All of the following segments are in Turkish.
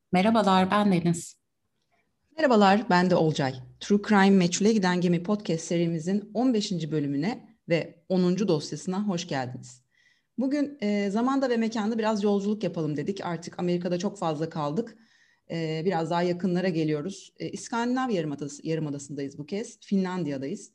Merhabalar, ben Deniz. Merhabalar, ben de Olcay. True Crime Meçhule Giden Gemi podcast serimizin 15. bölümüne ve 10. dosyasına hoş geldiniz. Bugün zamanda ve mekanda biraz yolculuk yapalım dedik. Artık Amerika'da çok fazla kaldık. Biraz daha yakınlara geliyoruz. İskandinav Yarımadası'ndayız bu kez. Finlandiya'dayız.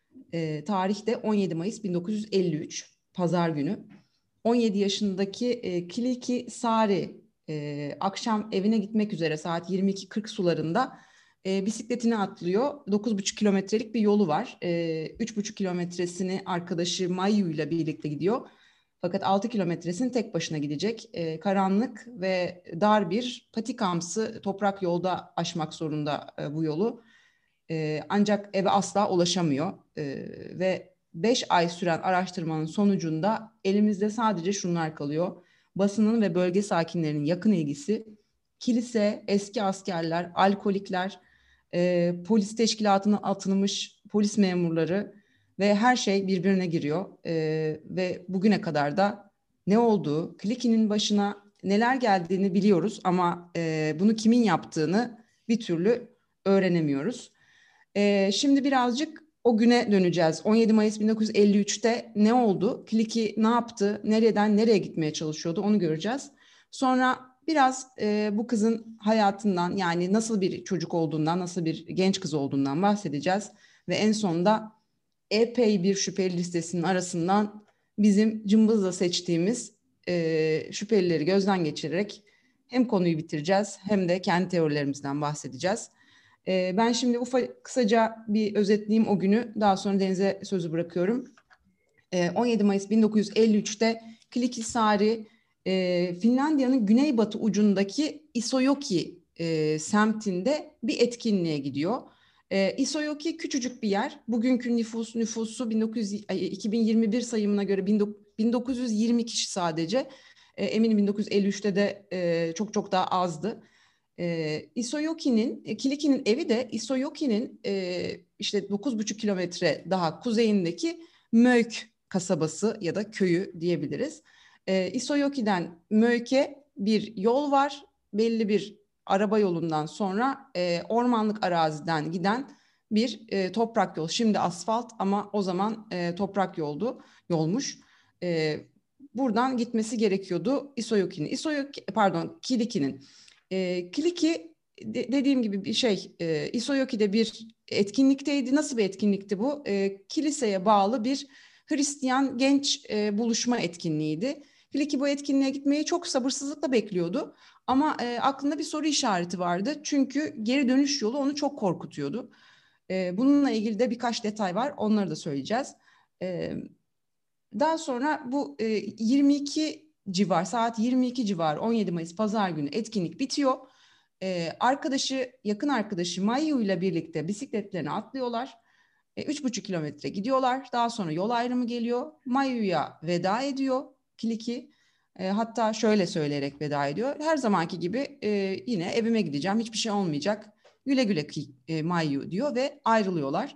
Tarihte 17 Mayıs 1953, Pazar günü. 17 yaşındaki Kiliki Sari akşam evine gitmek üzere saat 22.40 sularında bisikletini atlıyor. 9,5 kilometrelik bir yolu var. 3,5 kilometresini arkadaşı Mayu ile birlikte gidiyor. Fakat 6 kilometresini tek başına gidecek. Karanlık ve dar bir patikamsı toprak yolda aşmak zorunda bu yolu. Ancak eve asla ulaşamıyor. Ve 5 ay süren araştırmanın sonucunda elimizde sadece şunlar kalıyor. Basının ve bölge sakinlerinin yakın ilgisi, kilise, eski askerler, alkolikler, polis teşkilatına atılmış polis memurları ve her şey birbirine giriyor. Ve bugüne kadar da ne olduğu, Kliki'nin başına neler geldiğini biliyoruz ama bunu kimin yaptığını bir türlü öğrenemiyoruz. Şimdi birazcık o güne döneceğiz. 17 Mayıs 1953'te ne oldu? Kiliki ne yaptı? Nereden nereye gitmeye çalışıyordu? Onu göreceğiz. Sonra biraz bu kızın hayatından, yani nasıl bir çocuk olduğundan, nasıl bir genç kız olduğundan bahsedeceğiz. Ve en sonunda epey bir şüpheli listesinin arasından bizim cımbızla seçtiğimiz şüphelileri gözden geçirerek hem konuyu bitireceğiz hem de kendi teorilerimizden bahsedeceğiz. Ben şimdi kısaca bir özetleyeyim o günü. Daha sonra Deniz'e sözü bırakıyorum. 17 Mayıs 1953'te Kilpisari, Finlandiya'nın güneybatı ucundaki Isojoki semtinde bir etkinliğe gidiyor. Isojoki küçücük bir yer. Bugünkü nüfusu 2021 sayımına göre 1920 kişi sadece. Eminim 1953'te de çok çok daha azdı. Kiliki'nin evi de Isojoki'nin işte 9,5 kilometre daha kuzeyindeki Möyk kasabası ya da köyü diyebiliriz. Isojoki'den Möyk'e bir yol var. Belli bir araba yolundan sonra ormanlık araziden giden bir toprak yol. Şimdi asfalt ama o zaman toprak yolmuş. Buradan gitmesi gerekiyordu Kiliki'nin. Kiliki dediğim gibi bir şey. Isojoki'de bir etkinlikteydi. Nasıl bir etkinlikti bu? Kiliseye bağlı bir Hristiyan genç buluşma etkinliğiydi. Kiliki bu etkinliğe gitmeyi çok sabırsızlıkla bekliyordu. Ama aklında bir soru işareti vardı. Çünkü geri dönüş yolu onu çok korkutuyordu. Bununla ilgili de birkaç detay var. Onları da söyleyeceğiz. Daha sonra bu 22 civar, saat 22 civar 17 Mayıs Pazar günü etkinlik bitiyor. Yakın arkadaşı Mayu ile birlikte bisikletlerine atlıyorlar. 3,5 kilometre gidiyorlar. Daha sonra yol ayrımı geliyor. Mayu'ya veda ediyor Kiliki. Hatta şöyle söyleyerek veda ediyor. Her zamanki gibi yine evime gideceğim. Hiçbir şey olmayacak. Güle güle Mayu diyor ve ayrılıyorlar.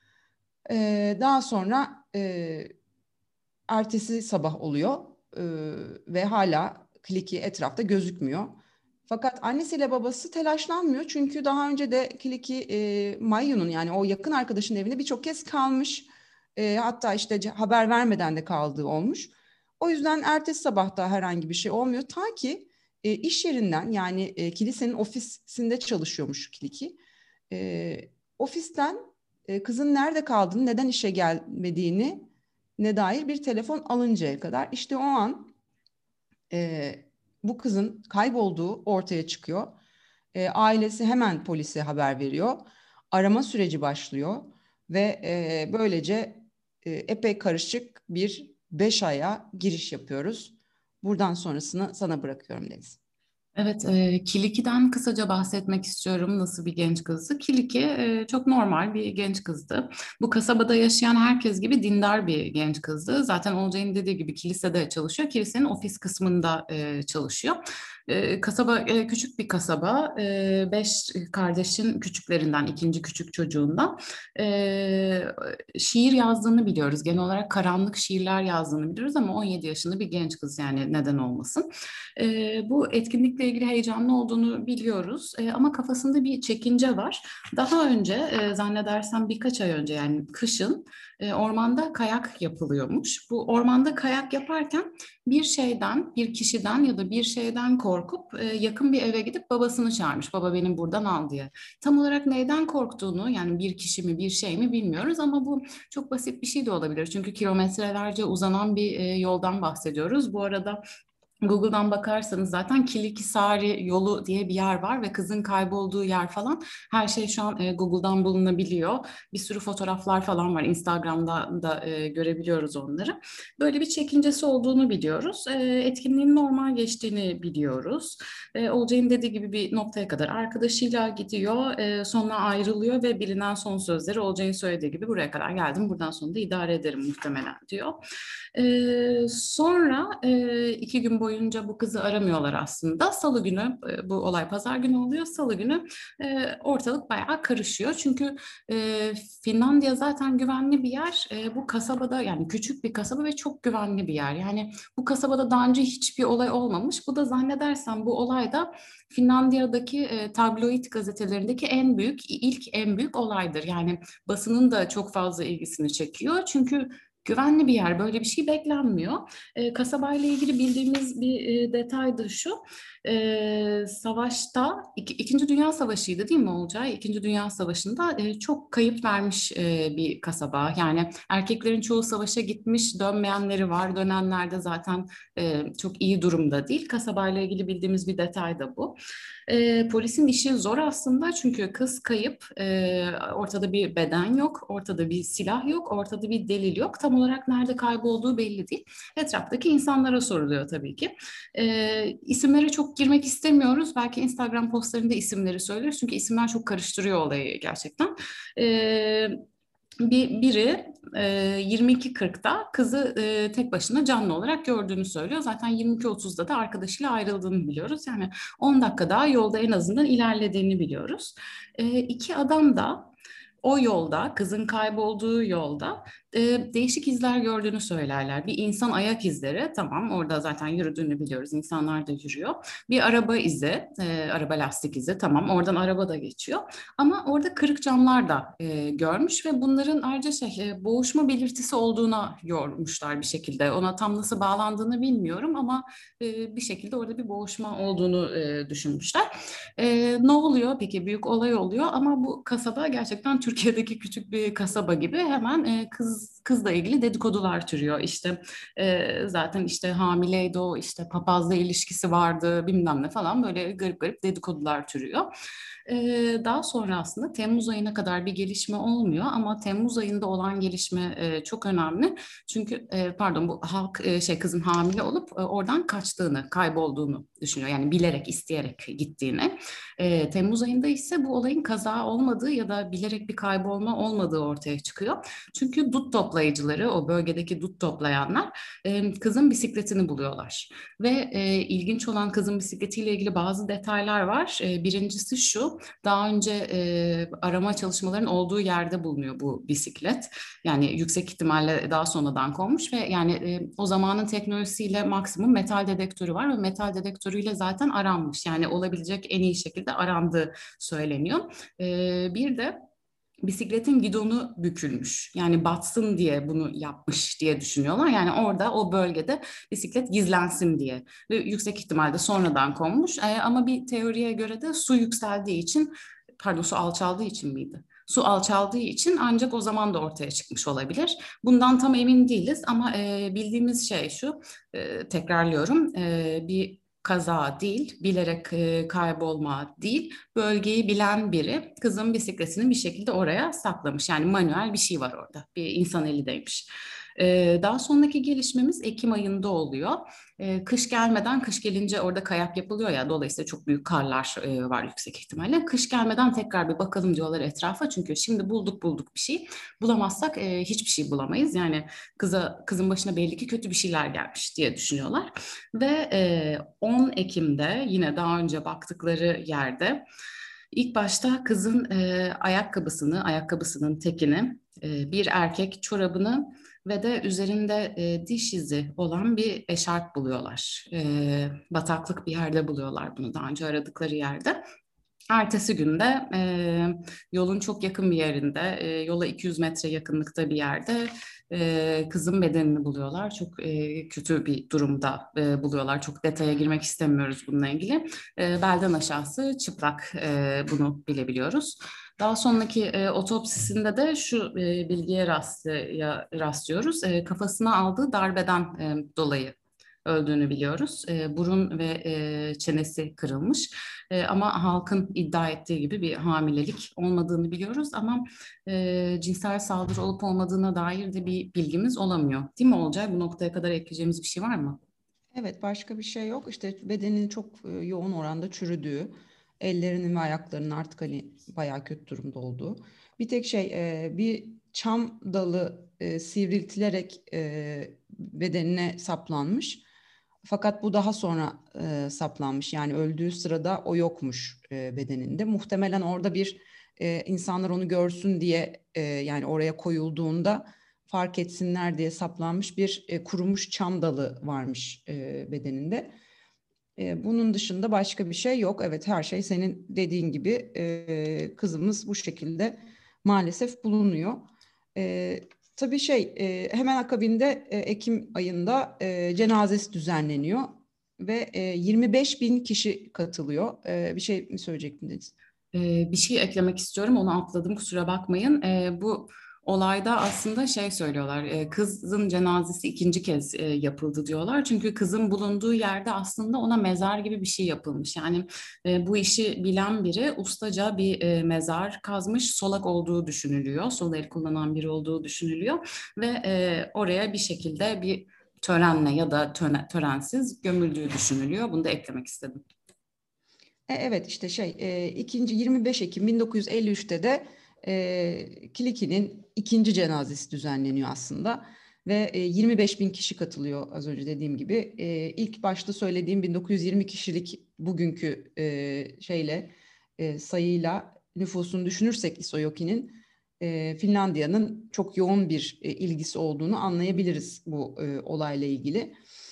Daha sonra ertesi sabah oluyor ve hala Kiliki etrafta gözükmüyor. Fakat annesiyle babası telaşlanmıyor çünkü daha önce de Kiliki Mayu'nun, yani o yakın arkadaşının evinde birçok kez kalmış. Hatta işte haber vermeden de kaldığı olmuş. O yüzden ertesi sabahta herhangi bir şey olmuyor. Ta ki iş yerinden, yani kilisenin ofisinde çalışıyormuş Kiliki. Ofisten kızın nerede kaldığını, neden işe gelmediğini ne dair bir telefon alıncaya kadar, işte o an e, bu kızın kaybolduğu ortaya çıkıyor. Ailesi hemen polise haber veriyor. Arama süreci başlıyor ve böylece epey karışık bir 5 aya giriş yapıyoruz. Buradan sonrasını sana bırakıyorum Deniz. Evet, Kiliki'den kısaca bahsetmek istiyorum. Nasıl bir genç kızdı? Kiliki çok normal bir genç kızdı. Bu kasabada yaşayan herkes gibi dindar bir genç kızdı. Zaten Olcay'ın dediği gibi kilisede çalışıyor. Kilisenin ofis kısmında çalışıyor. Kasaba küçük bir kasaba. Beş kardeşin küçüklerinden, ikinci küçük çocuğundan. Şiir yazdığını biliyoruz. Genel olarak karanlık şiirler yazdığını biliyoruz ama 17 yaşında bir genç kız, yani neden olmasın. Bu etkinlikle ilgili heyecanlı olduğunu biliyoruz. Ama kafasında bir çekince var. Daha önce zannedersem birkaç ay önce, yani kışın ormanda kayak yapılıyormuş. Bu ormanda kayak yaparken bir kişiden ya da bir şeyden korkup yakın bir eve gidip babasını çağırmış. Baba, beni buradan al diye. Tam olarak neyden korktuğunu, yani bir kişi mi bir şey mi bilmiyoruz ama bu çok basit bir şey de olabilir. Çünkü kilometrelerce uzanan bir yoldan bahsediyoruz. Bu arada Google'dan bakarsanız zaten Kilikisari yolu diye bir yer var ve kızın kaybolduğu yer falan, her şey şu an Google'dan bulunabiliyor. Bir sürü fotoğraflar falan var. Instagram'da da görebiliyoruz onları. Böyle bir çekincesi olduğunu biliyoruz. Etkinliğin normal geçtiğini biliyoruz. Olcay'ın dediği gibi bir noktaya kadar arkadaşıyla gidiyor. Sonra ayrılıyor ve bilinen son sözleri Olcay'ın söylediği gibi, buraya kadar geldim, buradan sonra da idare ederim muhtemelen diyor. Sonra 2 gün boyunca bu kızı aramıyorlar aslında. Salı günü, bu olay pazar günü oluyor. Salı günü ortalık bayağı karışıyor. Çünkü Finlandiya zaten güvenli bir yer. Bu kasabada, yani küçük bir kasaba ve çok güvenli bir yer. Yani bu kasabada daha önce hiçbir olay olmamış. Bu da zannedersem bu olay da Finlandiya'daki tabloid gazetelerindeki en büyük olaydır. Yani basının da çok fazla ilgisini çekiyor. Çünkü güvenli bir yer, böyle bir şey beklenmiyor. Kasabayla ilgili bildiğimiz bir detay da şu. Savaşta, İkinci Dünya Savaşı'ydı değil mi Olcay? İkinci Dünya Savaşı'nda çok kayıp vermiş bir kasaba. Yani erkeklerin çoğu savaşa gitmiş, dönmeyenleri var. Dönenler de zaten çok iyi durumda değil. Kasabayla ilgili bildiğimiz bir detay da bu. Polisin işi zor aslında, çünkü kız kayıp, ortada bir beden yok, ortada bir silah yok, ortada bir delil yok. Tam olarak nerede kaybolduğu belli değil. Etraftaki insanlara soruluyor tabii ki. İsimlere çok girmek istemiyoruz. Belki Instagram postlarında isimleri söyleriz, çünkü isimler çok karıştırıyor olayı gerçekten. Biri 22.40'da kızı tek başına canlı olarak gördüğünü söylüyor. Zaten 22.30'da da arkadaşıyla ayrıldığını biliyoruz. Yani 10 dakika daha yolda en azından ilerlediğini biliyoruz. İki adam da o yolda, kızın kaybolduğu yolda değişik izler gördüğünü söylerler. Bir insan ayak izleri, tamam, orada zaten yürüdüğünü biliyoruz. İnsanlar da yürüyor. Bir araba izi, araba lastik izi, tamam, oradan araba da geçiyor. Ama orada kırık camlar da görmüş ve bunların ayrıca boğuşma belirtisi olduğuna yormuşlar bir şekilde. Ona tam nasıl bağlandığını bilmiyorum ama bir şekilde orada bir boğuşma olduğunu düşünmüşler. Ne oluyor? Peki büyük olay oluyor ama bu kasaba gerçekten Türkiye'deki küçük bir kasaba gibi, hemen kızla ilgili dedikodular türüyor. İşte zaten işte hamileydi o, işte papazla ilişkisi vardı, bilmem ne falan, böyle garip garip dedikodular türüyor. Daha sonra aslında Temmuz ayına kadar bir gelişme olmuyor ama Temmuz ayında olan gelişme çok önemli. Çünkü pardon, bu kızın hamile olup oradan kaçtığını, kaybolduğunu düşünüyor. Yani bilerek, isteyerek gittiğini. Temmuz ayında ise bu olayın kaza olmadığı ya da bilerek bir kaybolma olmadığı ortaya çıkıyor. Çünkü dut toplayıcıları, o bölgedeki dut toplayanlar kızın bisikletini buluyorlar. Ve ilginç olan, kızın bisikletiyle ilgili bazı detaylar var. Birincisi şu: daha önce arama çalışmalarının olduğu yerde bulunuyor bu bisiklet. Yani yüksek ihtimalle daha sonradan konmuş ve yani o zamanın teknolojisiyle maksimum metal dedektörü var ve metal dedektörüyle zaten aranmış. Yani olabilecek en iyi şekilde arandığı söyleniyor. Bir de bisikletin gidonu bükülmüş. Yani batsın diye bunu yapmış diye düşünüyorlar. Yani orada, o bölgede bisiklet gizlensin diye. Ve yüksek ihtimalle sonradan konmuş. Ama bir teoriye göre de su yükseldiği için, pardon, su alçaldığı için miydi? Su alçaldığı için ancak o zaman da ortaya çıkmış olabilir. Bundan tam emin değiliz ama bildiğimiz şey şu, tekrarlıyorum, bir kaza değil, bilerek kaybolma değil, bölgeyi bilen biri kızın bisikletini bir şekilde oraya saklamış. Yani manuel bir şey var orada, bir insan eli değmiş. Daha sonraki gelişmemiz Ekim ayında oluyor. Kış gelmeden, kış gelince orada kayak yapılıyor ya, dolayısıyla çok büyük karlar var yüksek ihtimalle. Kış gelmeden tekrar bir bakalım diyorlar etrafa, çünkü şimdi bulduk bir şey. Bulamazsak hiçbir şey bulamayız. Yani kızın başına belli ki kötü bir şeyler gelmiş diye düşünüyorlar. Ve 10 Ekim'de yine daha önce baktıkları yerde ilk başta kızın ayakkabısının tekini, bir erkek çorabını ve de üzerinde diş izi olan bir eşarp buluyorlar. Bataklık bir yerde buluyorlar bunu, daha önce aradıkları yerde. Ertesi günde yolun çok yakın bir yerinde, yola 200 metre yakınlıkta bir yerde kızın bedenini buluyorlar. Çok kötü bir durumda buluyorlar. Çok detaya girmek istemiyoruz bununla ilgili. Belden aşağısı çıplak, bunu bilebiliyoruz. Daha sonraki otopsisinde de şu bilgiye rastlıyoruz. Kafasına aldığı darbeden dolayı öldüğünü biliyoruz. Burun ve çenesi kırılmış. Ama halkın iddia ettiği gibi bir hamilelik olmadığını biliyoruz. Ama cinsel saldırı olup olmadığına dair de bir bilgimiz olamıyor. Değil mi Olcay? Bu noktaya kadar ekleyeceğimiz bir şey var mı? Evet, başka bir şey yok. İşte bedenin çok yoğun oranda çürüdüğü, ellerinin ve ayaklarının artık hani bayağı kötü durumda olduğu. Bir tek şey, bir çam dalı sivriltilerek bedenine saplanmış. Fakat bu daha sonra saplanmış. Yani öldüğü sırada o yokmuş bedeninde. Muhtemelen orada bir insanlar onu görsün diye yani oraya koyulduğunda fark etsinler diye saplanmış bir kurumuş çam dalı varmış bedeninde. Bunun dışında başka bir şey yok. Evet, her şey senin dediğin gibi kızımız bu şekilde maalesef bulunuyor. E, tabii hemen akabinde Ekim ayında cenazesi düzenleniyor ve 25 bin kişi katılıyor. Bir şey mi söyleyecektin Deniz? Bir şey eklemek istiyorum, onu atladım, kusura bakmayın. Bu olayda aslında şey söylüyorlar, kızın cenazesi ikinci kez yapıldı diyorlar. Çünkü kızın bulunduğu yerde aslında ona mezar gibi bir şey yapılmış. Yani bu işi bilen biri ustaca bir mezar kazmış, solak olduğu düşünülüyor. Sol el kullanan biri olduğu düşünülüyor. Ve oraya bir şekilde bir törenle ya da törensiz gömüldüğü düşünülüyor. Bunu da eklemek istedim. Evet, işte 25 Ekim 1953'te de Kiliki'nin ikinci cenazesi düzenleniyor aslında ve 25 bin kişi katılıyor, az önce dediğim gibi. İlk başta söylediğim 1920 kişilik bugünkü sayıyla nüfusunu düşünürsek Isoyoki'nin Finlandiya'nın çok yoğun bir ilgisi olduğunu anlayabiliriz bu olayla ilgili.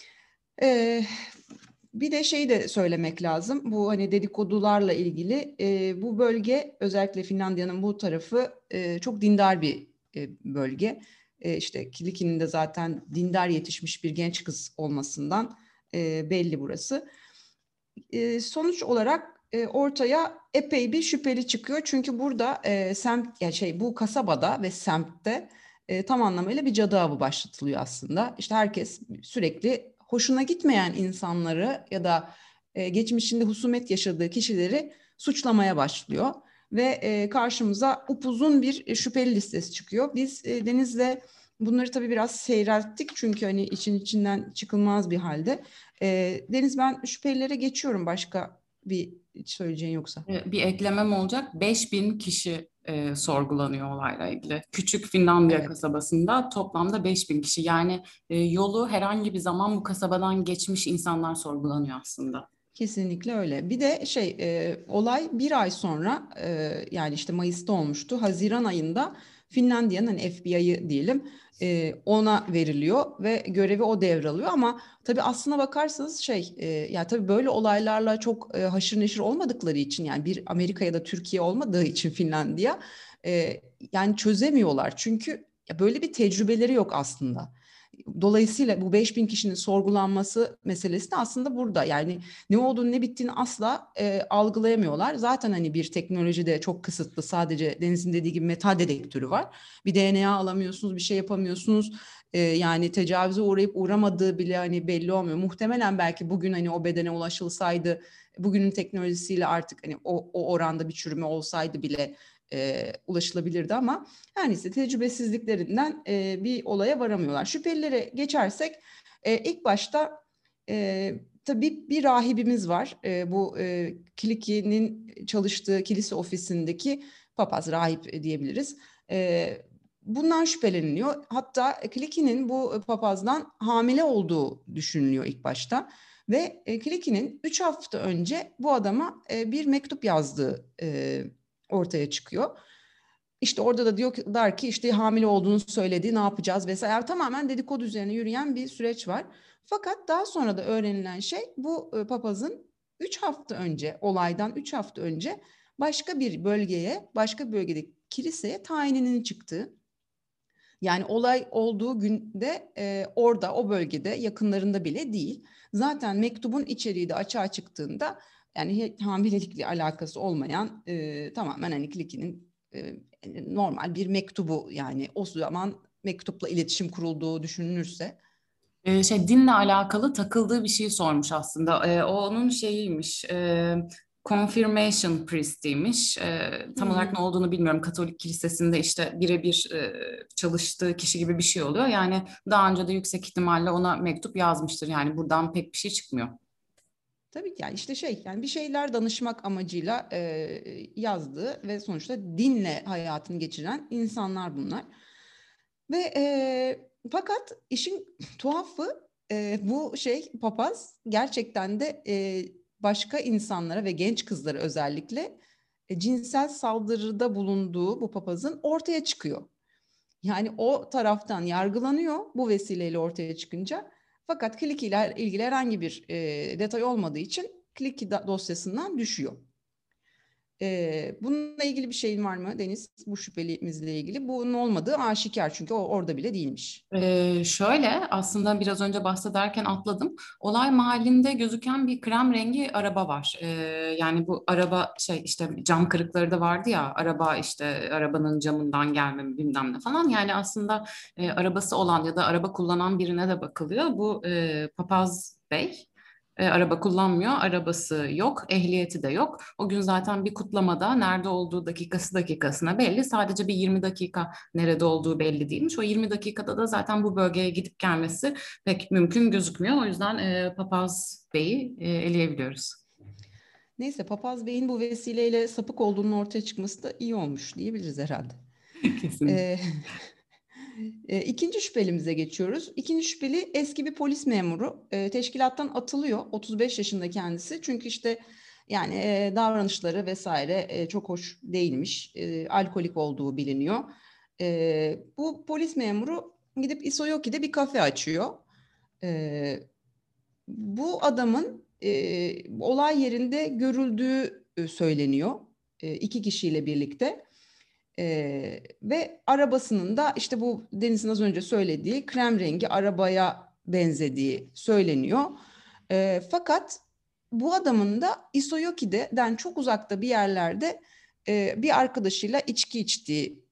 E, Bir de şeyi de söylemek lazım. Bu hani dedikodularla ilgili bu bölge, özellikle Finlandiya'nın bu tarafı çok dindar bir bölge. İşte Kiliki'nin de zaten dindar yetişmiş bir genç kız olmasından belli burası. Sonuç olarak ortaya epey bir şüpheli çıkıyor. Çünkü burada bu kasabada ve semtte tam anlamıyla bir cadı avı başlatılıyor aslında. İşte herkes sürekli hoşuna gitmeyen insanları ya da geçmişinde husumet yaşadığı kişileri suçlamaya başlıyor ve karşımıza upuzun bir şüpheli listesi çıkıyor. Biz Deniz'le bunları tabii biraz seyrelttik, çünkü hani için içinden çıkılmaz bir halde. Deniz, ben şüphelilere geçiyorum. Başka bir söyleyeceğin yoksa. Bir eklemem olacak. 5.000 kişi sorgulanıyor olayla ilgili. Küçük Finlandiya Evet. kasabasında toplamda 5.000 kişi. Yani yolu herhangi bir zaman bu kasabadan geçmiş insanlar sorgulanıyor aslında. Kesinlikle öyle. Bir de olay bir ay sonra, yani işte Mayıs'ta olmuştu. Haziran ayında Finlandiya'nın FBI'yı diyelim ona veriliyor ve görevi o devralıyor. Ama tabii aslına bakarsanız yani tabii böyle olaylarla çok haşır neşir olmadıkları için, yani bir Amerika ya da Türkiye olmadığı için Finlandiya yani çözemiyorlar. Çünkü ya böyle bir tecrübeleri yok aslında. Dolayısıyla bu 5.000 kişinin sorgulanması meselesi de aslında burada. Yani ne olduğunu ne bittiğini asla algılayamıyorlar. Zaten hani bir teknoloji de çok kısıtlı. Sadece Deniz'in dediği gibi metal dedektörü var. Bir DNA alamıyorsunuz, bir şey yapamıyorsunuz. Yani tecavüze uğrayıp uğramadığı bile hani belli olmuyor. Muhtemelen belki bugün hani o bedene ulaşılsaydı, bugünün teknolojisiyle artık hani o oranda bir çürüme olsaydı bile ulaşılabilirdi ama her neyse tecrübesizliklerinden bir olaya varamıyorlar. Şüphelilere geçersek ilk başta tabii bir rahibimiz var. Bu Kiliki'nin çalıştığı kilise ofisindeki papaz, rahip diyebiliriz. Bundan şüpheleniliyor. Hatta Kiliki'nin bu papazdan hamile olduğu düşünülüyor ilk başta. Ve Kiliki'nin 3 hafta önce bu adama bir mektup yazdığı ortaya çıkıyor. İşte orada da diyorlar ki işte hamile olduğunu söyledi, ne yapacağız vesaire. Tamamen dedikodu üzerine yürüyen bir süreç var. Fakat daha sonra da öğrenilen şey bu papazın 3 hafta önce, olaydan 3 hafta önce başka bir bölgeye, başka bir bölgedeki kiliseye tayininin çıktığı. Yani olay olduğu günde orada, o bölgede, yakınlarında bile değil. Zaten mektubun içeriği de açığa çıktığında yani hamilelikle alakası olmayan tamamen hani Kiliki'nin normal bir mektubu, yani o zaman mektupla iletişim kurulduğu düşünülürse. Dinle alakalı takıldığı bir şey sormuş aslında. O onun şeyiymiş. Confirmation priest'iymiş. Tam olarak ne olduğunu bilmiyorum. Katolik kilisesinde işte birebir çalıştığı kişi gibi bir şey oluyor. Yani daha önce de yüksek ihtimalle ona mektup yazmıştır. Yani buradan pek bir şey çıkmıyor. Tabii ki yani işte yani bir şeyler danışmak amacıyla yazdığı ve sonuçta dinle hayatını geçiren insanlar bunlar. Ve fakat işin tuhafı bu papaz gerçekten de başka insanlara ve genç kızlara özellikle cinsel saldırıda bulunduğu bu papazın ortaya çıkıyor. Yani o taraftan yargılanıyor bu vesileyle ortaya çıkınca. Fakat Kiliki ile ilgili herhangi bir detay olmadığı için Kiliki dosyasından düşüyor. Bununla ilgili bir şeyin var mı Deniz? Bu şüphelimizle ilgili. Bunun olmadığı aşikar çünkü o orada bile değilmiş. Şöyle aslında biraz önce bahsederken atladım. Olay mahallinde gözüken bir krem rengi araba var. Yani bu araba işte cam kırıkları da vardı ya, araba işte arabanın camından gelme mi bilmem ne falan. Yani aslında arabası olan ya da araba kullanan birine de bakılıyor. Bu Papaz Bey araba kullanmıyor, arabası yok, ehliyeti de yok. O gün zaten bir kutlamada nerede olduğu dakikasına belli. Sadece bir 20 dakika nerede olduğu belli değilmiş. O 20 dakikada da zaten bu bölgeye gidip gelmesi pek mümkün gözükmüyor. O yüzden Papaz Bey'i eleyebiliyoruz. Neyse Papaz Bey'in bu vesileyle sapık olduğunun ortaya çıkması da iyi olmuş diyebiliriz herhalde. Kesinlikle. Ee, İkinci şüphelimize geçiyoruz. İkinci şüpheli eski bir polis memuru. Teşkilattan atılıyor. 35 yaşında kendisi. Çünkü işte yani davranışları vesaire çok hoş değilmiş. Alkolik olduğu biliniyor. Bu polis memuru gidip Isoyoki'de bir kafe açıyor. E, Bu adamın olay yerinde görüldüğü söyleniyor. İki kişiyle birlikte. Ve arabasının da işte bu Deniz'in az önce söylediği krem rengi arabaya benzediği söyleniyor. Fakat bu adamın da Isoyoki'den çok uzakta bir yerlerde bir arkadaşıyla içki içtiği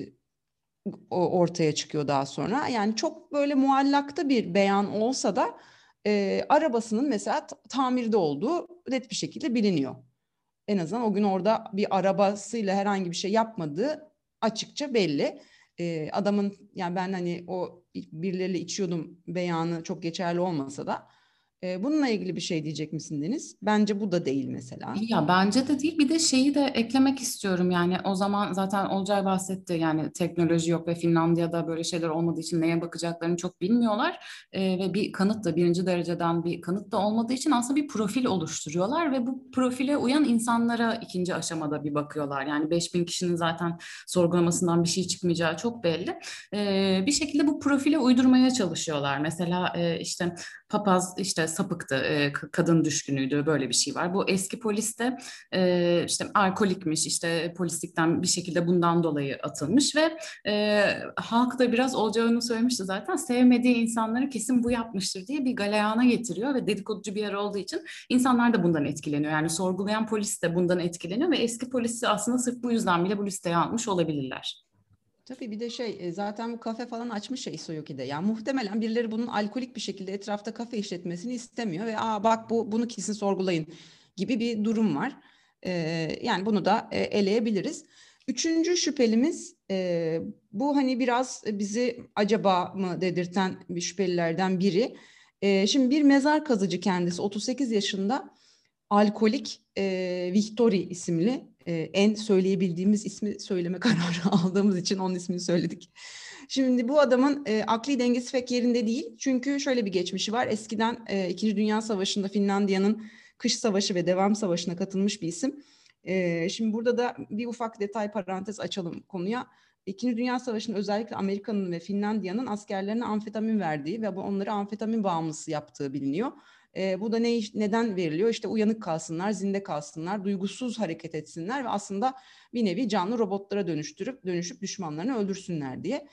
ortaya çıkıyor daha sonra. Yani çok böyle muallakta bir beyan olsa da arabasının mesela tamirde olduğu net bir şekilde biliniyor. En azından o gün orada bir arabasıyla herhangi bir şey yapmadığı açıkça belli. Adamın yani ben hani o birileriyle içiyordum beyanı çok geçerli olmasa da bununla ilgili bir şey diyecek misin Deniz? Bence bu da değil mesela. Ya bence de değil. Bir de şeyi de eklemek istiyorum. Yani o zaman zaten Olcay bahsetti. Yani teknoloji yok ve Finlandiya'da böyle şeyler olmadığı için neye bakacaklarını çok bilmiyorlar. Ve bir kanıt da birinci dereceden bir kanıt da olmadığı için aslında bir profil oluşturuyorlar ve bu profile uyan insanlara ikinci aşamada bir bakıyorlar. Yani 5.000 kişinin zaten sorgulamasından bir şey çıkmayacağı çok belli. Bir şekilde bu profile uydurmaya çalışıyorlar. Mesela işte papaz işte sapıktı, kadın düşkünüydü, böyle bir şey var. Bu eski polis de işte alkolikmiş, işte polislikten bir şekilde bundan dolayı atılmış ve halk da biraz olacağını söylemişti zaten. Sevmediği insanları kesin bu yapmıştır diye bir galeyana getiriyor ve dedikoducu bir yer olduğu için insanlar da bundan etkileniyor. Yani sorgulayan polis de bundan etkileniyor ve eski polisi aslında sırf bu yüzden bile bu listeye almış olabilirler. Tabii bir de zaten bu kafe falan açmış ya Isoyoki'de. Yani muhtemelen birileri bunun alkolik bir şekilde etrafta kafe işletmesini istemiyor ve bak bunu kesin sorgulayın gibi bir durum var. Yani bunu da eleyebiliriz. Üçüncü şüphelimiz bu hani biraz bizi acaba mı dedirten bir şüphelilerden biri. Şimdi bir mezar kazıcı kendisi 38 yaşında alkolik Victori isimli en söyleyebildiğimiz ismi söyleme kararı aldığımız için onun ismini söyledik. Şimdi bu adamın akli dengesi pek yerinde değil. Çünkü şöyle bir geçmişi var. Eskiden İkinci Dünya Savaşı'nda Finlandiya'nın Kış Savaşı ve Devam Savaşı'na katılmış bir isim. Şimdi burada da bir ufak detay parantez açalım konuya. İkinci Dünya Savaşı'nda özellikle Amerika'nın ve Finlandiya'nın askerlerine amfetamin verdiği ve onları amfetamin bağımlısı yaptığı biliniyor. Bu da neden veriliyor? İşte uyanık kalsınlar, zinde kalsınlar, duygusuz hareket etsinler ve aslında bir nevi canlı robotlara dönüşüp düşmanlarını öldürsünler diye.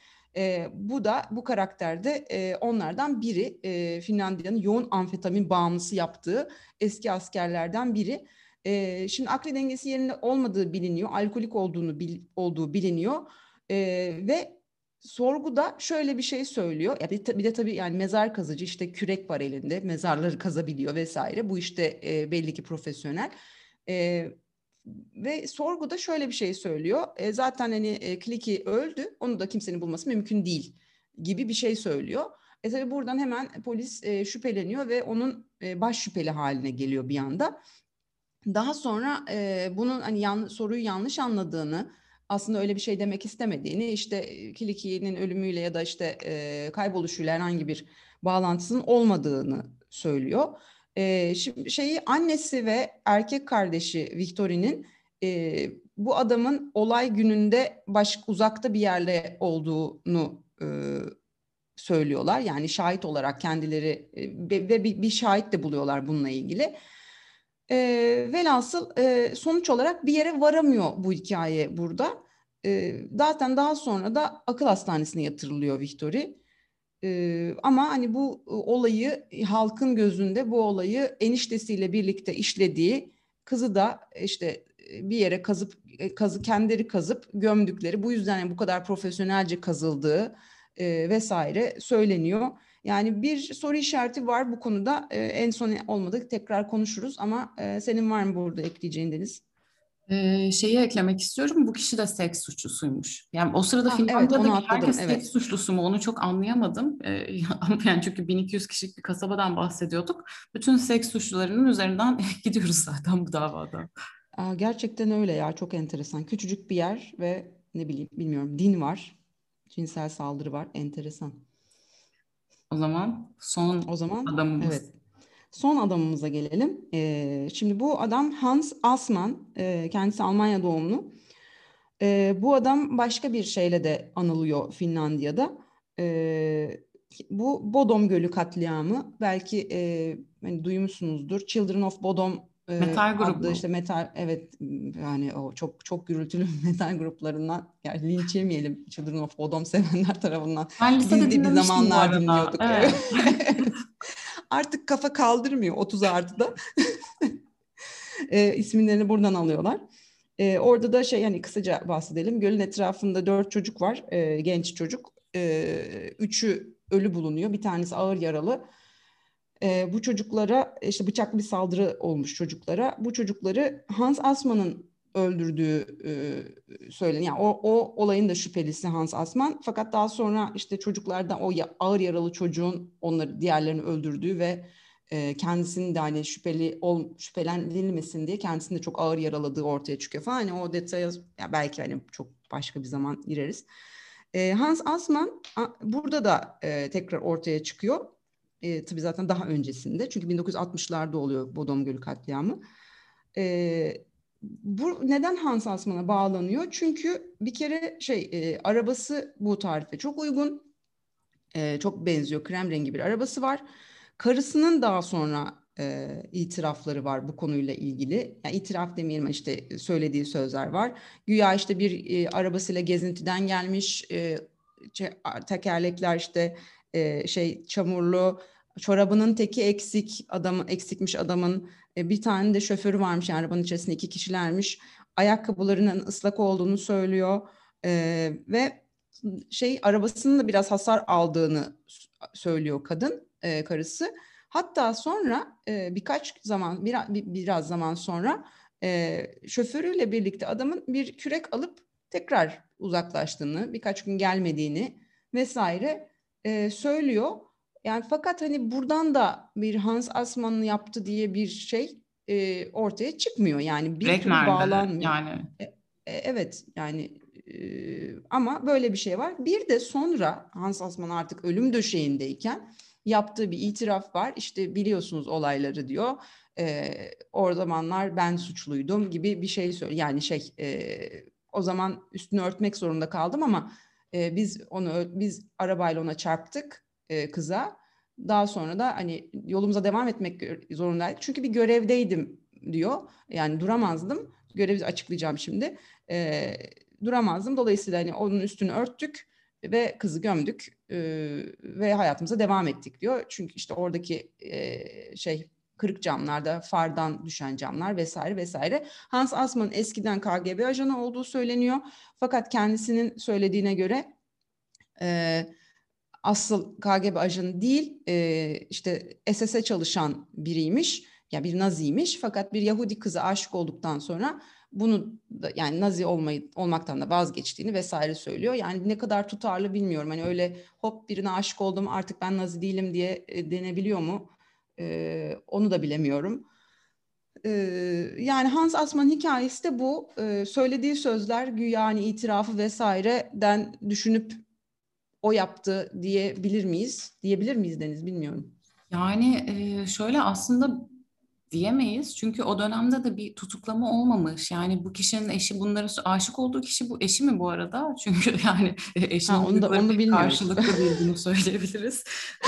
Bu karakter de onlardan biri. Finlandiya'nın yoğun amfetamin bağımlısı yaptığı eski askerlerden biri. Şimdi akli dengesi yerinde olmadığı biliniyor, alkolik olduğu biliniyor ve sorguda şöyle bir şey söylüyor. Ya bir de tabii yani mezar kazıcı işte kürek var elinde, mezarları kazabiliyor vesaire. Bu işte belli ki profesyonel. E, Ve sorguda şöyle bir şey söylüyor. Zaten hani Kliki öldü, onu da kimsenin bulması mümkün değil gibi bir şey söylüyor. Tabii buradan hemen polis şüpheleniyor ve onun baş şüpheli haline geliyor bir anda. Daha sonra bunun hani soruyu yanlış anladığını, aslında öyle bir şey demek istemediğini, işte Kiliki'nin ölümüyle ya da işte kayboluşuyla herhangi bir bağlantısının olmadığını söylüyor. Şimdi annesi ve erkek kardeşi Victori'nin bu adamın olay gününde uzakta bir yerde olduğunu söylüyorlar. Yani şahit olarak kendileri ve bir şahit de buluyorlar bununla ilgili. Velhasıl sonuç olarak bir yere varamıyor bu hikaye burada. Zaten daha sonra da akıl hastanesine yatırılıyor Victori. Ama hani bu olayı halkın gözünde bu olayı eniştesiyle birlikte işlediği, kızı da işte bir yere kendileri kazıp gömdükleri, bu yüzden yani bu kadar profesyonelce kazıldığı vesaire söyleniyor. Yani bir soru işareti var bu konuda. En son olmadı tekrar konuşuruz ama senin var mı burada ekleyeceğin Deniz? Şeyi eklemek istiyorum. Bu kişi de seks suçlusuymuş. Yani o sırada Ha, evet, onu Finlandiya'daki atladım, herkes seks evet. suçlusu mu onu çok anlayamadım. Ama yani çünkü 1200 kişilik bir kasabadan bahsediyorduk. Bütün seks suçlularının üzerinden gidiyoruz zaten bu davada. Gerçekten öyle ya, çok enteresan. Küçücük bir yer ve ne bileyim bilmiyorum, din var, cinsel saldırı var, enteresan. O zaman O son zaman adamımız. evet, son adamımıza gelelim. Şimdi bu adam Hans Assmann, kendisi Almanya doğumlu. Bu adam başka bir şeyle de anılıyor Finlandiya'da. Ee, Bu Bodom Gölü katliamı belki hani duymuşsunuzdur. Children of Bodom Metal adlı grubu. işte metal, evet, yani o çok çok gürültülü metal gruplarından, yani linç yemeyelim Children of Bodom sevenler tarafından. Ben lisede Biz de bir dinlemiştim bu zamanlar arada. dinliyorduk. Evet. Evet. Artık kafa kaldırmıyor 30 artıda. İsimlerini buradan alıyorlar. Orada da hani kısaca bahsedelim. Gölün etrafında 4 çocuk var, genç çocuk. Üçü ölü bulunuyor. Bir tanesi ağır yaralı. Bu çocuklara işte bıçaklı bir saldırı olmuş çocuklara. Bu çocukları Hans Assmann'ın öldürdüğü söyleniyor. Yani o olayın da şüphelisi Hans Assmann. Fakat daha sonra işte çocuklardan ağır yaralı çocuğun diğerlerini öldürdüğü ve kendisinin de hani şüphelenilmesin diye kendisini de çok ağır yaraladığı ortaya çıkıyor falan. Hani o detaya ya belki hani çok başka bir zaman gireriz. Hans Assmann burada da tekrar ortaya çıkıyor. Tabii zaten daha öncesinde. Çünkü 1960'larda oluyor Bodom Gölü katliamı. E, Bu neden Hans Assmann'a bağlanıyor? Çünkü bir kere arabası bu tarife çok uygun. Çok benziyor. Krem rengi bir arabası var. Karısının daha sonra itirafları var bu konuyla ilgili. Yani itiraf demeyelim, işte söylediği sözler var. Güya işte bir arabasıyla gezintiden gelmiş. Tekerlekler işte çamurlu. Çorabının teki eksikmiş adamın. Bir tane de şoförü varmış, yani arabanın içerisinde iki kişilermiş. Ayakkabılarının ıslak olduğunu söylüyor. Ve arabasının da biraz hasar aldığını söylüyor karısı. Hatta sonra biraz zaman sonra şoförüyle birlikte adamın bir kürek alıp tekrar uzaklaştığını, birkaç gün gelmediğini vesaire söylüyor. Yani fakat hani buradan da bir Hans Assmann'ın yaptı diye bir şey ortaya çıkmıyor. Yani bir Direkt türlü nerede bağlanmıyor. yani? Evet yani ama böyle bir şey var. Bir de sonra Hans Assmann artık ölüm döşeğindeyken yaptığı bir itiraf var. İşte biliyorsunuz olayları diyor. O zamanlar ben suçluydum gibi bir şey söylüyor. Yani o zaman üstünü örtmek zorunda kaldım ama biz arabayla ona çarptık kıza. Daha sonra da hani yolumuza devam etmek zorundaydık. Çünkü bir görevdeydim diyor. Yani duramazdım. Görevi açıklayacağım şimdi. Duramazdım. Dolayısıyla hani onun üstünü örttük ve kızı gömdük ve hayatımıza devam ettik diyor. Çünkü işte oradaki kırık camlarda fardan düşen camlar vesaire vesaire. Hans Assmann eskiden KGB ajanı olduğu söyleniyor. Fakat kendisinin söylediğine göre asıl KGB ajanı değil, işte SS'e çalışan biriymiş. Ya bir Naziymiş. Fakat bir Yahudi kıza aşık olduktan sonra bunu da, yani Nazi olmaktan da vazgeçtiğini vesaire söylüyor. Yani ne kadar tutarlı bilmiyorum. Hani öyle hop birine aşık oldum artık ben Nazi değilim diye denebiliyor mu? Onu da bilemiyorum. Yani Hans Assmann hikayesi de bu. Söylediği sözler güya hani itirafı vesaireden düşünüp o yaptı diyebilir miyiz? Diyebilir miyiz Deniz bilmiyorum. Yani şöyle aslında diyemeyiz. Çünkü o dönemde de bir tutuklama olmamış. Yani bu kişinin eşi, bunların aşık olduğu kişi bu eşi mi bu arada? Çünkü yani Ha eşinin onu da duyguları onu pek bilmiyoruz. karşılıklı değil, bunu söyleyebiliriz.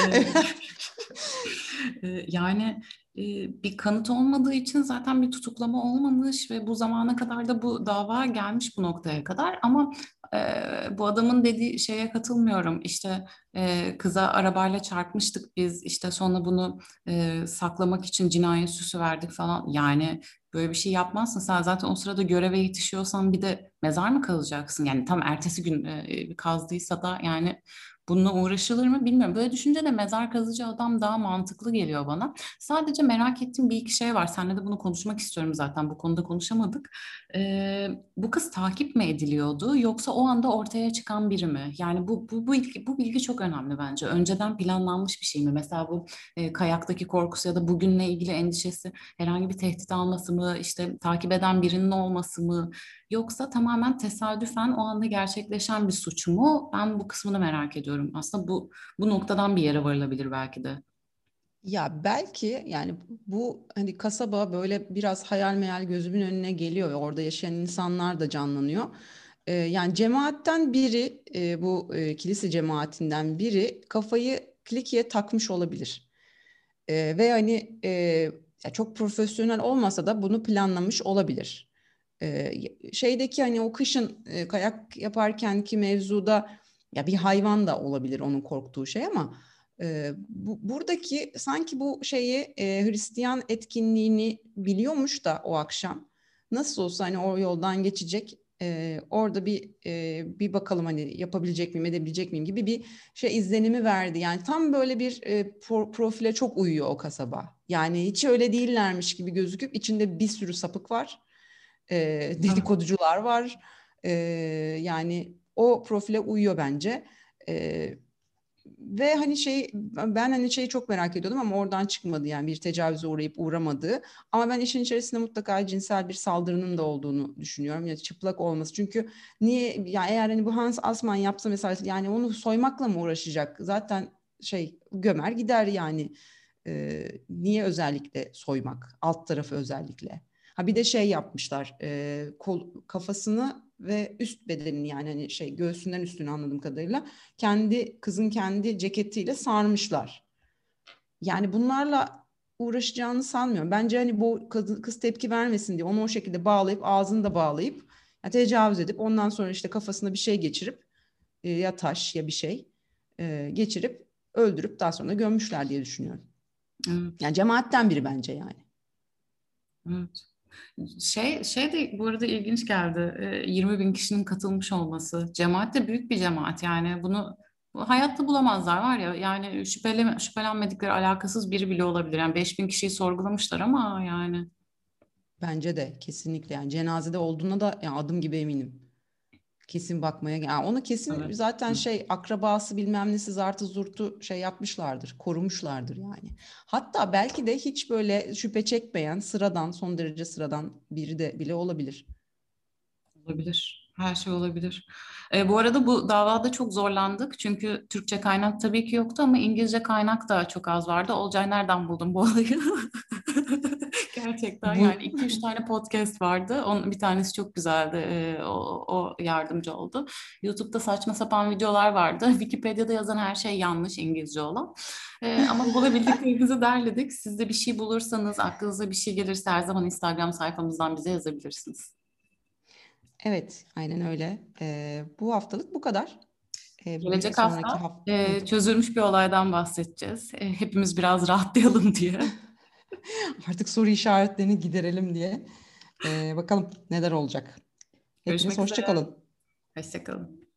Yani bir kanıt olmadığı için zaten bir tutuklama olmamış ve bu zamana kadar da bu dava gelmiş bu noktaya kadar. Ama bu adamın dediği şeye katılmıyorum. İşte kıza arabayla çarpmıştık biz, işte sonra bunu saklamak için cinayet süsü verdik falan. Yani böyle bir şey yapmazsın. Sen zaten o sırada göreve yetişiyorsan bir de mezar mı kazacaksın? Yani tam ertesi gün kazdıysa da yani bununla uğraşılır mı bilmiyorum. Böyle düşünce de mezar kazıcı adam daha mantıklı geliyor bana. Sadece merak ettiğim bir iki şey var. Seninle de bunu konuşmak istiyorum zaten. Bu konuda konuşamadık. Bu kız takip mi ediliyordu yoksa o anda ortaya çıkan biri mi? Yani bu bilgi çok önemli bence. Önceden planlanmış bir şey mi? Mesela bu kayaktaki korkusu ya da bugünle ilgili endişesi herhangi bir tehdit alması mı? İşte takip eden birinin olması mı? Yoksa tamamen tesadüfen o anda gerçekleşen bir suç mu? Ben bu kısmını merak ediyorum. Aslında bu noktadan bir yere varılabilir belki de. Ya belki yani bu hani kasaba böyle biraz hayal meyal gözümün önüne geliyor ve orada yaşayan insanlar da canlanıyor. Yani cemaatten biri bu kilise cemaatinden biri kafayı Kliki'ye takmış olabilir. Ve hani ya çok profesyonel olmasa da bunu planlamış olabilir. Şeydeki hani o kışın kayak yaparkenki mevzuda ya bir hayvan da olabilir onun korktuğu şey ama buradaki sanki bu şeyi Hristiyan etkinliğini biliyormuş da o akşam nasıl olsa hani o yoldan geçecek. Orada bir bakalım hani yapabilecek miyim edebilecek miyim gibi bir şey izlenimi verdi. Yani tam böyle bir profile çok uyuyor o kasaba. Yani hiç öyle değillermiş gibi gözüküp içinde bir sürü sapık var. Evet. Dedikoducular var. E, Yani o profile uyuyor bence. E, Ve hani ben hani şeyi çok merak ediyordum ama oradan çıkmadı yani bir tecavüze uğrayıp uğramadığı. Ama ben işin içerisinde mutlaka cinsel bir saldırının da olduğunu düşünüyorum. Yani çıplak olması. Çünkü niye ya eğer hani bu Hans Assmann yapsa mesela yani onu soymakla mı uğraşacak? Zaten gömer gider yani. Niye özellikle soymak? Alt tarafı özellikle. Ha bir de şey yapmışlar. Kafasını ve üst bedenini yani hani göğsünden üstünü anladığım kadarıyla kızın kendi ceketiyle sarmışlar. Yani bunlarla uğraşacağını sanmıyorum. Bence hani bu kız tepki vermesin diye onu o şekilde bağlayıp ağzını da bağlayıp yani tecavüz edip ondan sonra işte kafasına bir şey geçirip ya taş ya bir şey geçirip öldürüp daha sonra gömmüşler diye düşünüyorum. Evet. Yani cemaatten biri bence yani. Evet. Şey de bu arada ilginç geldi. 20 bin kişinin katılmış olması. Cemaat de büyük bir cemaat yani. Bu hayatta bulamazlar var ya. Yani şüphelenmedikleri alakasız biri bile olabilir. Yani 5 bin kişiyi sorgulamışlar ama yani. Bence de kesinlikle yani cenazede olduğuna da yani adım gibi eminim. Kesin bakmaya. Yani onu kesin Evet. zaten Hı. akrabası bilmem nesi zartı zurtu yapmışlardır, korumuşlardır yani. Hatta belki de hiç böyle şüphe çekmeyen sıradan, son derece sıradan biri de bile olabilir. Olabilir. Her şey olabilir. Bu arada bu davada çok zorlandık. Çünkü Türkçe kaynak tabii ki yoktu ama İngilizce kaynak da çok az vardı. Olcay nereden buldun bu olayı? Gerçekten Bu yani iki üç tane podcast vardı. Onun bir tanesi çok güzeldi. O yardımcı oldu. YouTube'da saçma sapan videolar vardı. Wikipedia'da yazan her şey yanlış İngilizce olan. Ama bulabildiklerimizi derledik. Siz de bir şey bulursanız, aklınıza bir şey gelirse her zaman Instagram sayfamızdan bize yazabilirsiniz. evet, aynen öyle. Bu haftalık bu kadar. Bir Gelecek sonraki hafta hafta çözülmüş bir olaydan bahsedeceğiz. Hepimiz biraz rahatlayalım diye. artık soru işaretlerini giderelim diye. Bakalım neler olacak. Hepiniz Görüşmek hoşça üzere. kalın. Hoşçakalın.